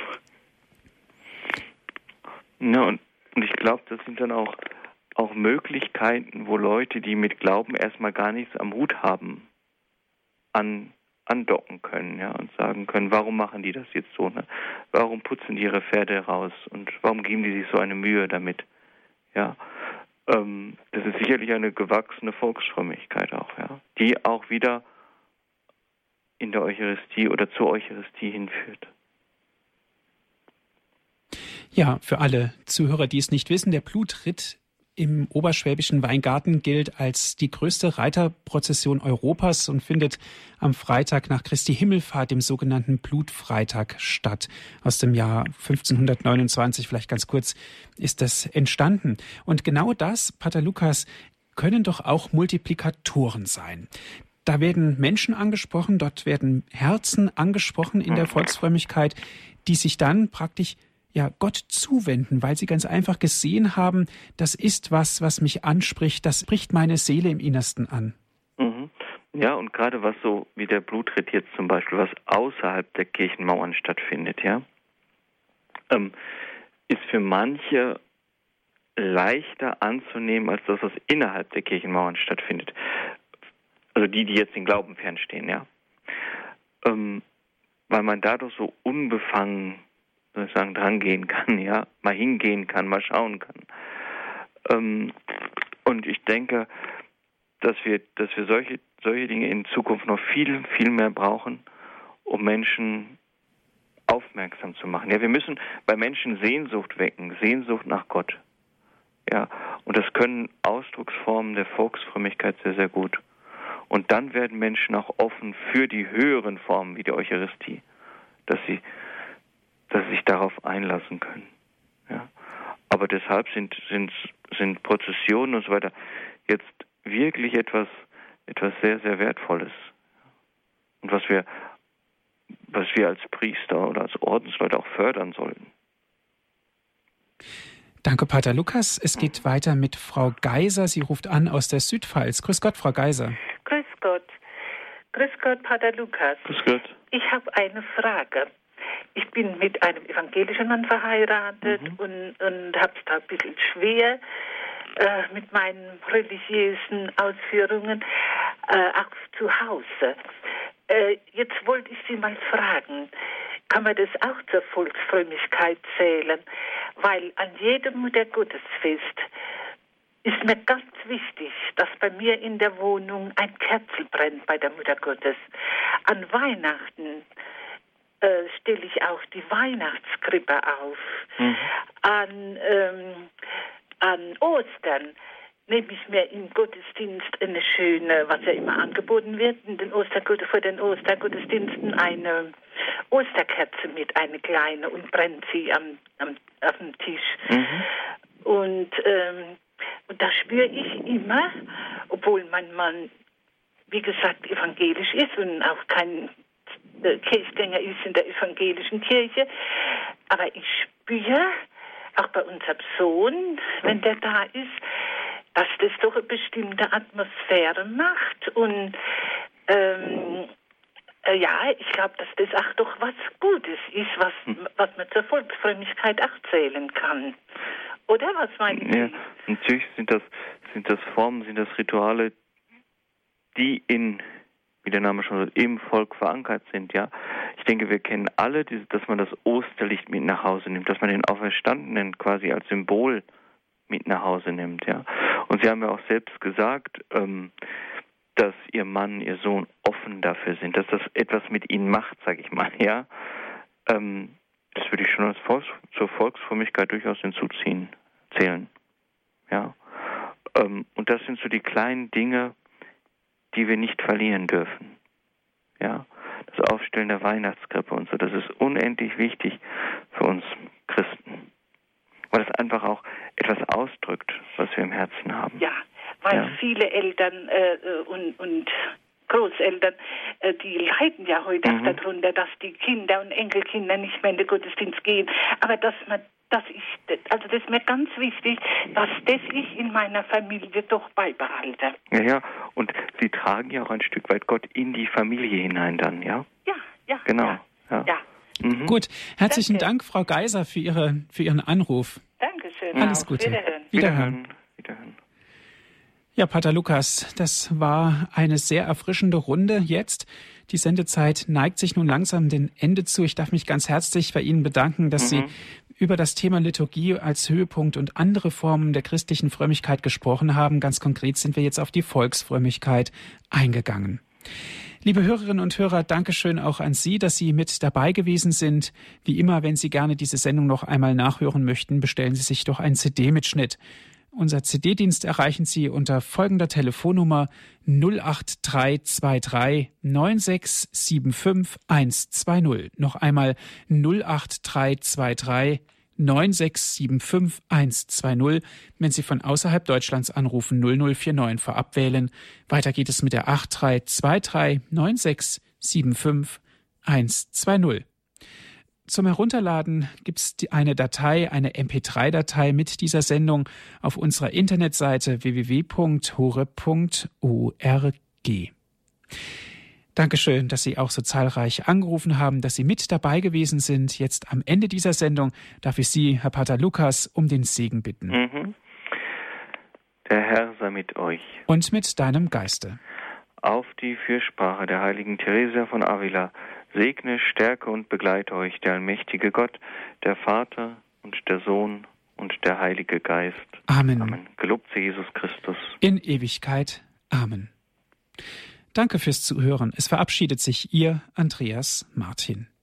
Ja, und ich glaube, das sind dann auch Möglichkeiten, wo Leute, die mit Glauben erstmal gar nichts am Hut haben, andocken können, ja, und sagen können, warum machen die das jetzt so, ne? Warum putzen die ihre Pferde raus und warum geben die sich so eine Mühe damit, ja? Das ist sicherlich eine gewachsene Volksfrömmigkeit auch, ja, die auch wieder in der Eucharistie oder zur Eucharistie hinführt. Ja, für alle Zuhörer, die es nicht wissen, der Blutritt im oberschwäbischen Weingarten gilt als die größte Reiterprozession Europas und findet am Freitag nach Christi Himmelfahrt, dem sogenannten Blutfreitag, statt. Aus dem Jahr 1529, vielleicht ganz kurz, ist das entstanden. Und genau das, Pater Lukas, können doch auch Multiplikatoren sein. Da werden Menschen angesprochen, dort werden Herzen angesprochen in der Volksfrömmigkeit, die sich dann praktisch Gott zuwenden, weil sie ganz einfach gesehen haben, das ist was mich anspricht, das spricht meine Seele im Innersten an. Mhm. Ja, und gerade was so wie der Blutritt jetzt zum Beispiel, was außerhalb der Kirchenmauern stattfindet, ja, ist für manche leichter anzunehmen, als das, was innerhalb der Kirchenmauern stattfindet. Also die jetzt den Glauben fernstehen, ja. Weil man dadurch so unbefangen sozusagen drangehen kann, ja, mal hingehen kann, mal schauen kann. Und ich denke, dass wir solche Dinge in Zukunft noch viel, viel mehr brauchen, um Menschen aufmerksam zu machen. Ja, wir müssen bei Menschen Sehnsucht wecken, Sehnsucht nach Gott. Ja, und das können Ausdrucksformen der Volksfrömmigkeit sehr, sehr gut. Und dann werden Menschen auch offen für die höheren Formen wie die Eucharistie, dass sie sich darauf einlassen können. Ja. Aber Aber deshalb sind Prozessionen und so weiter jetzt wirklich etwas sehr, sehr Wertvolles. Und was wir als Priester oder als Ordensleute auch fördern sollten. Danke, Pater Lukas. Es geht weiter mit Frau Geiser. Sie ruft an aus der Südpfalz. Grüß Gott, Frau Geiser. Grüß Gott. Grüß Gott, Pater Lukas. Grüß Gott. Ich habe eine Frage. Ich bin mit einem evangelischen Mann verheiratet und habe es da ein bisschen schwer mit meinen religiösen Ausführungen, auch zu Hause. Jetzt wollte ich Sie mal fragen, kann man das auch zur Volksfrömmigkeit zählen? Weil an jedem Muttergottesfest ist mir ganz wichtig, dass bei mir in der Wohnung ein Kerzel brennt bei der Mutter Gottes. An Weihnachten stelle ich auch die Weihnachtskrippe auf. An Ostern nehme ich mir im Gottesdienst eine schöne, was ja immer angeboten wird, vor den Ostergottesdiensten eine Osterkerze mit, eine kleine, und brennt sie auf dem Tisch. Und da spüre ich immer, obwohl mein Mann, wie gesagt, evangelisch ist und auch kein Kirchgänger ist in der evangelischen Kirche, aber ich spüre, auch bei unserem Sohn, wenn der da ist, dass das doch eine bestimmte Atmosphäre macht. Und ich glaube, dass das auch doch was Gutes ist, was man zur Volksfrömmigkeit auch zählen kann. Oder was meinen Sie? Ja, natürlich sind das Formen, sind das Rituale, die wie der Name schon sagt, im Volk verankert sind, ja. Ich denke, wir kennen alle, dass man das Osterlicht mit nach Hause nimmt, dass man den Auferstandenen quasi als Symbol mit nach Hause nimmt, ja. Und Sie haben ja auch selbst gesagt, dass Ihr Mann, Ihr Sohn offen dafür sind, dass das etwas mit Ihnen macht, sage ich mal, ja. Das würde ich schon zur Volksfrömmigkeit durchaus zählen, ja. Und das sind so die kleinen Dinge, die wir nicht verlieren dürfen. Ja, das Aufstellen der Weihnachtskrippe und so, das ist unendlich wichtig für uns Christen. Weil es einfach auch etwas ausdrückt, was wir im Herzen haben. Ja, weil viele Eltern und Großeltern, die leiden ja heute auch darunter, dass die Kinder und Enkelkinder nicht mehr in den Gottesdienst gehen. Aber das ist mir ganz wichtig, dass das ich in meiner Familie doch beibehalte. Ja, und Sie tragen ja auch ein Stück weit Gott in die Familie hinein dann, ja? Ja. Genau. Ja. Gut, herzlichen Dank, Frau Geiser, für Ihren Anruf. Dankeschön. Alles Gute. Wiederhören. Ja, Pater Lukas, das war eine sehr erfrischende Runde jetzt. Die Sendezeit neigt sich nun langsam dem Ende zu. Ich darf mich ganz herzlich bei Ihnen bedanken, dass Sie über das Thema Liturgie als Höhepunkt und andere Formen der christlichen Frömmigkeit gesprochen haben. Ganz konkret sind wir jetzt auf die Volksfrömmigkeit eingegangen. Liebe Hörerinnen und Hörer, Dankeschön auch an Sie, dass Sie mit dabei gewesen sind. Wie immer, wenn Sie gerne diese Sendung noch einmal nachhören möchten, bestellen Sie sich doch einen CD-Mitschnitt. Unser CD-Dienst erreichen Sie unter folgender Telefonnummer 08323 9675 120. Noch einmal 08323 9675 120. Wenn Sie von außerhalb Deutschlands anrufen, 0049 vorab wählen. Weiter geht es mit der 8323 9675 120. Zum Herunterladen gibt es eine Datei, eine MP3-Datei mit dieser Sendung auf unserer Internetseite www.horeb.org. Dankeschön, dass Sie auch so zahlreich angerufen haben, dass Sie mit dabei gewesen sind. Jetzt am Ende dieser Sendung darf ich Sie, Herr Pater Lukas, um den Segen bitten. Der Herr sei mit euch. Und mit deinem Geiste. Auf die Fürsprache der heiligen Theresia von Avila segne, stärke und begleite euch der allmächtige Gott, der Vater und der Sohn und der Heilige Geist. Amen. Amen. Gelobt sei Jesus Christus. In Ewigkeit. Amen. Danke fürs Zuhören. Es verabschiedet sich Ihr Andreas Martin.